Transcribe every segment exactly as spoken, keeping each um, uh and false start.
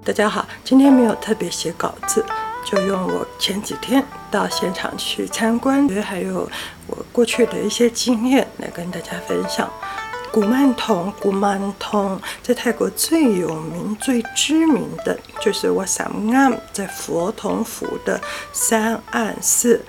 大家好，今天没有特别写稿子，就用我前几天到现场去参观，还有我过去的一些经验来跟大家分享。古曼童，古曼童在泰国最有名、最知名的就是瓦萨姆岸，在佛统府的三岸寺。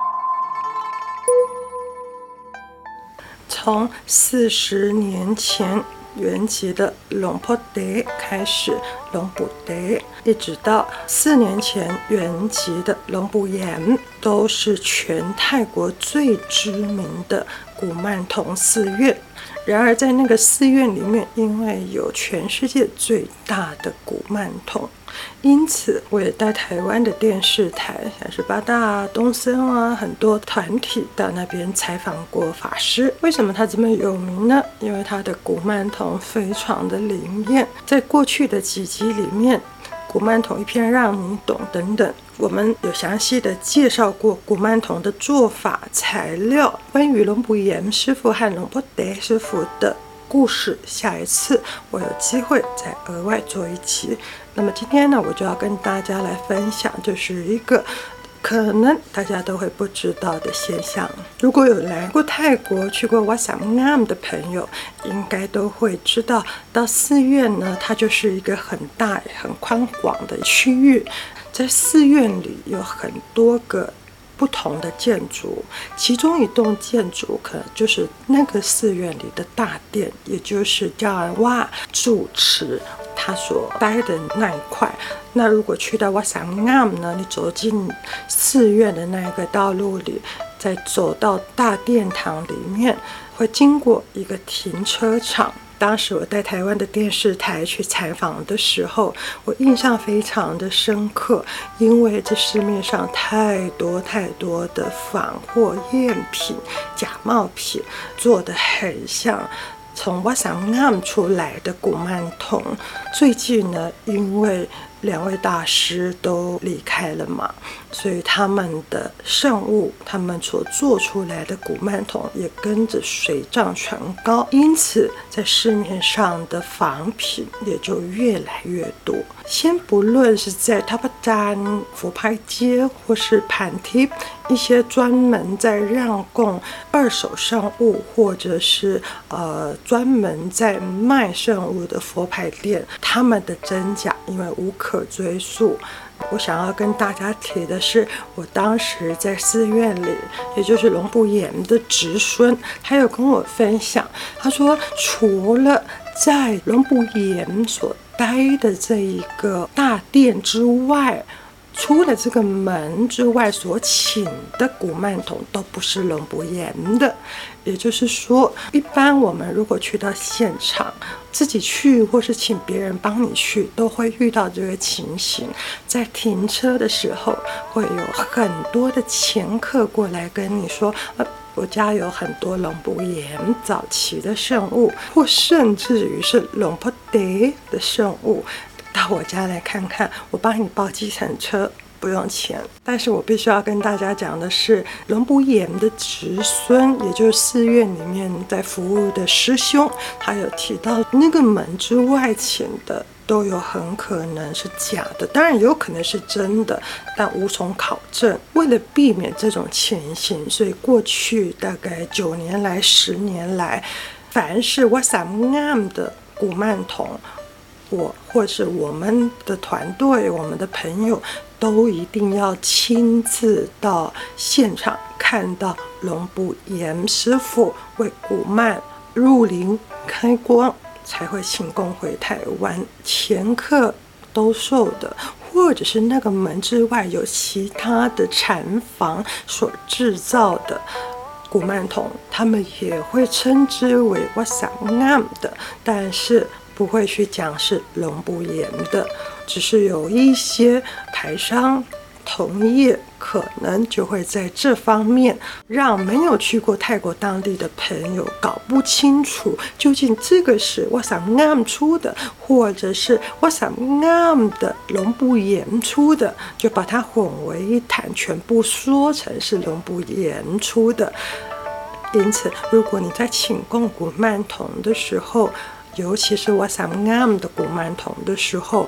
从四十年前圆寂的龙婆德开始，龙布德一直到四年前圆寂的龙布岩，都是全泰国最知名的古曼童寺院。然而在那个寺院里面，因为有全世界最大的古曼童，因此我也带台湾的电视台，像是八大啊、东森啊，很多团体到那边采访过法师。为什么他这么有名呢？因为他的古曼童非常的灵验。在过去的几集里面，古曼童一篇让你懂等等，我们有详细的介绍过古曼童的做法、材料。关于龙布岩师傅和龙婆德师傅的故事，下一次我有机会再额外做一期。那么今天呢，我就要跟大家来分享，就是一个可能大家都会不知道的现象。如果有来过泰国、去过瓦萨姆岸的朋友，应该都会知道，到寺院呢，它就是一个很大、很宽广的区域。在寺院里有很多个不同的建筑，其中一栋建筑可能就是那个寺院里的大殿，也就是叫人哇住持他所待的那一块。那如果去到瓦萨姆岸呢，你走进寺院的那个道路里，再走到大殿堂里面，会经过一个停车场。当时我带台湾的电视台去采访的时候，我印象非常的深刻，因为这市面上太多太多的仿货赝品、假冒品，做得很像从瓦萨姆岸出来的古曼童。最近呢，因为两位大师都离开了嘛，所以他们的圣物，他们所做出来的古曼童也跟着水涨船高，因此在市面上的仿品也就越来越多。先不论是在塔巴站、佛牌街或是盘梯，一些专门在让供二手圣物，或者是呃专门在卖圣物的佛牌店，他们的真假因为无可追溯。我想要跟大家提的是，我当时在寺院里，也就是龙布岩的侄孙，他有跟我分享，他说除了在龙布岩所待的这一个大殿之外，除了这个门之外所请的古曼童都不是龙布岩的。也就是说，一般我们如果去到现场，自己去或是请别人帮你去，都会遇到这个情形。在停车的时候，会有很多的前客过来跟你说，呃我家有很多龙布岩早期的圣物，或甚至于是龙婆德的圣物，到我家来看看，我帮你报计程车，不用钱。但是我必须要跟大家讲的是，龙布岩的侄孙，也就是寺院里面在服务的师兄，他有提到那个门之外请的都有很可能是假的，当然有可能是真的，但无从考证。为了避免这种情形，所以过去大概九年来、十年来，凡是瓦萨姆岸的古曼童，我或是我们的团队、我们的朋友，都一定要亲自到现场看到龙布岩师傅为古曼入灵开光，才会请供回台湾。前客兜售的，或者是那个门之外有其他的禅房所制造的古曼童，他们也会称之为瓦萨姆岸的，但是不会去讲是龙布岩的，只是有一些台商同业可能就会在这方面让没有去过泰国当地的朋友搞不清楚，究竟这个是瓦萨姆岸出的，或者是瓦萨姆岸的龙布岩出的，就把它混为一谈，全部说成是龙布岩出的。因此，如果你在请供古曼童的时候，尤其是瓦萨姆岸的古曼童的时候，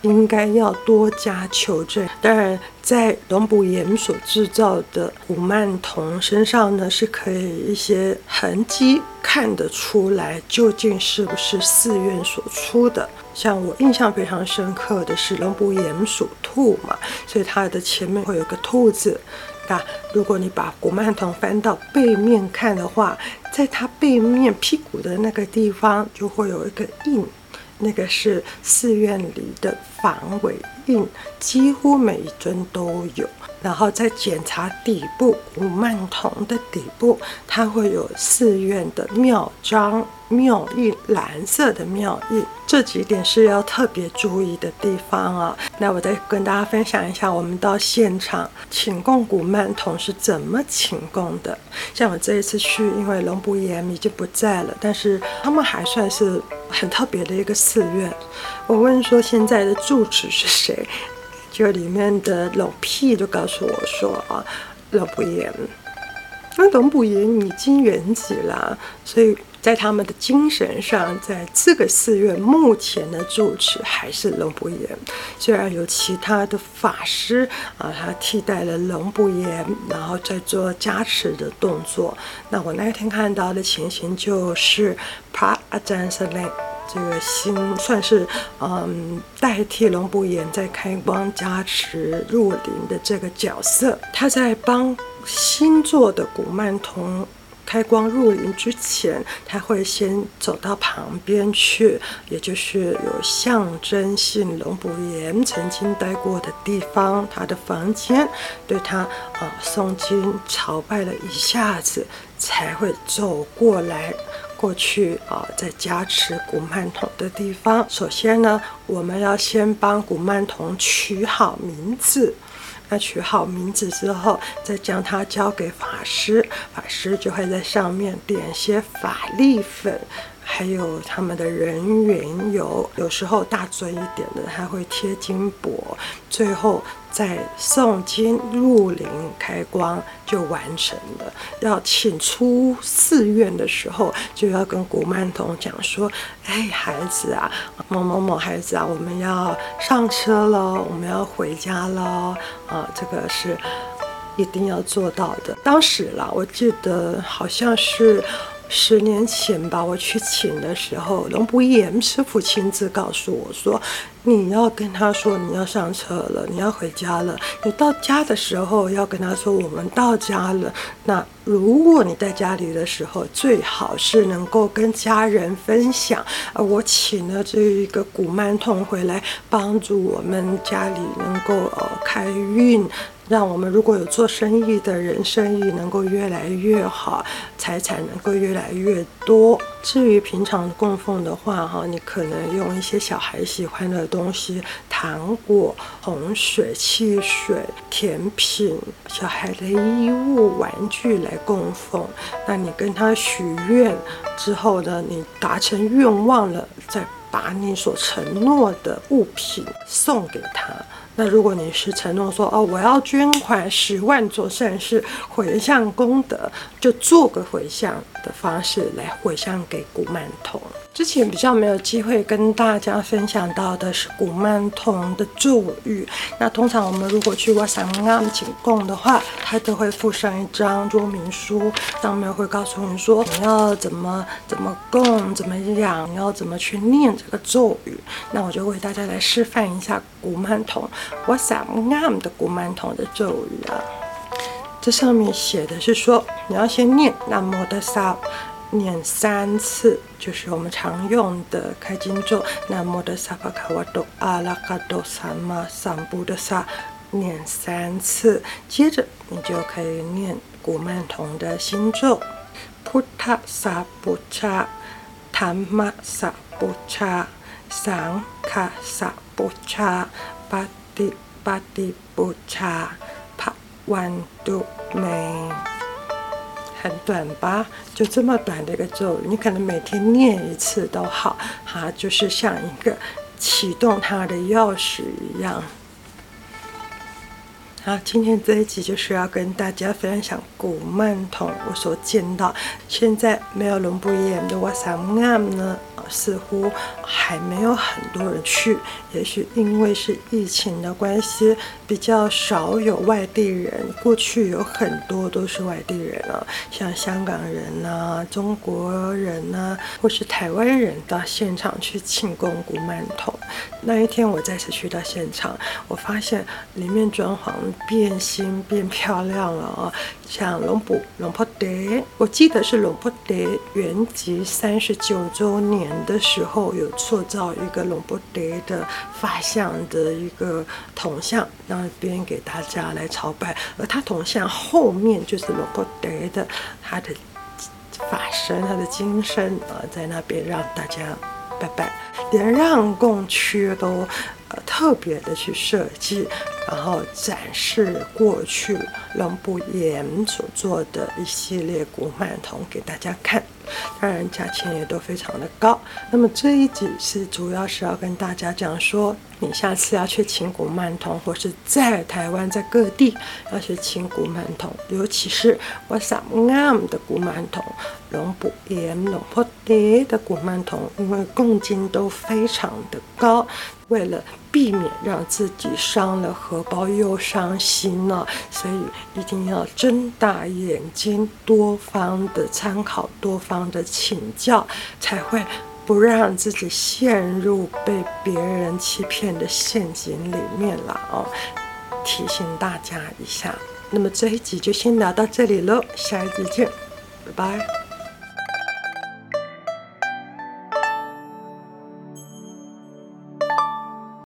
应该要多加求证。当然，在龙补岩所制造的古曼童身上呢，是可以一些痕迹看得出来，究竟是不是寺院所出的。像我印象非常深刻的是龙补岩属兔嘛，所以它的前面会有个兔子。那如果你把古曼童翻到背面看的话，在它背面屁股的那个地方就会有一个印，那个是寺院里的防伪印，几乎每一尊都有。然后再检查底部，古曼童的底部，它会有寺院的庙章、庙印，蓝色的庙印。这几点是要特别注意的地方啊。那我再跟大家分享一下，我们到现场请供古曼童是怎么请供的。像我这一次去，因为龙补岩已经不在了，但是他们还算是很特别的一个寺院。我问说现在的住持是谁？就里面的老屁就告诉我说啊，龙补岩，那龙补岩已经圆寂了，所以在他们的精神上，在这个寺院目前的住持还是龙补岩。虽然有其他的法师啊，他替代了龙补岩，然后再做加持的动作。那我那天看到的情形就是帕阿占舍内。这个新算是嗯代替龙补岩在开光加持入灵的这个角色，他在帮新做的古曼童开光入灵之前，他会先走到旁边去，也就是有象征性龙补岩曾经待过的地方，他的房间，对他啊诵经朝拜了一下子，才会走过来。过去啊，在加持古曼童的地方，首先呢，我们要先帮古曼童取好名字。那取好名字之后，再将它交给法师，法师就会在上面点些法力粉，还有他们的人缘油，有时候大尊一点的还会贴金箔，最后再诵经入灵开光就完成了。要请出寺院的时候，就要跟古曼童讲说：“哎，孩子啊，某某某孩子啊，我们要上车了，我们要回家了啊，这个是一定要做到的。”当时啦，我记得好像是。十年前吧，我去请的时候，龙补岩师傅亲自告诉我说：“你要跟他说你要上车了，你要回家了。你到家的时候要跟他说我们到家了。那如果你在家里的时候，最好是能够跟家人分享，呃，我请了这一个古曼童回来，帮助我们家里能够呃开运。”让我们如果有做生意的人，生意能够越来越好，财产能够越来越多。至于平常供奉的话，哈，你可能用一些小孩喜欢的东西，糖果、红水、汽水、甜品、小孩的衣物、玩具来供奉。那你跟他许愿之后呢，你达成愿望了，再把你所承诺的物品送给他。那如果你是承诺说哦，我要捐款十万做善事，回向功德，就做个回向的方式来回向给古曼童。之前比较没有机会跟大家分享到的是古曼童的咒语。那通常我们如果去瓦萨安请供的话，他都会附上一张说明书，上面会告诉你说你要怎么怎么供，怎么样，你要怎么去念这个咒语。那我就为大家来示范一下古曼童瓦萨安的古曼童的咒语啊。这上面写的是说，你要先念南无的萨。念三次，就是我们常用的开经咒南无的萨巴卡瓦多阿拉卡多萨玛桑布的萨，念三次，接着你就可以念古曼童的心咒พุทธ萨布查ธัมม萨布查สังฆ萨布查ปฏิปฏิ布查ภวันตุเม。很短吧，就这么短的一个咒语，你可能每天念一次都好，它就是像一个启动它的钥匙一样。 好，今天这一集就是要跟大家分享古曼童我所见到现在没有龙布岩的瓦萨姆岸呢，似乎还没有很多人去，也许因为是疫情的关系，比较少有外地人。过去有很多都是外地人啊，像香港人啊、中国人啊，或是台湾人到现场去庆功古曼童。那一天我再次去到现场，我发现里面装潢变新变漂亮了啊！像龙布龙坡德，我记得是龙坡德圆寂三十九周年的时候，有塑造一个龙坡德的发像的一个铜像，让那边给大家来朝拜。而他铜像后面就是龙坡德的他的法身、他的金身啊，在那边让大家拜拜。连让供区都呃特别的去设计，然后展示过去龙布岩所做的一系列古曼童给大家看，当然价钱也都非常的高。那么这一集是主要是要跟大家讲说，你下次要去请古曼童，或是在台湾在各地要去请古曼童，尤其是瓦萨姆岸的古曼童、龙布岩、龙坡德的古曼童，因为贡金都非常的高，为了避免让自己伤了荷包又伤心了，所以一定要睁大眼睛，多方的参考，多方的请教，才会不让自己陷入被别人欺骗的陷阱里面了哦。提醒大家一下。那么这一集就先聊到这里了，下一集见，拜拜。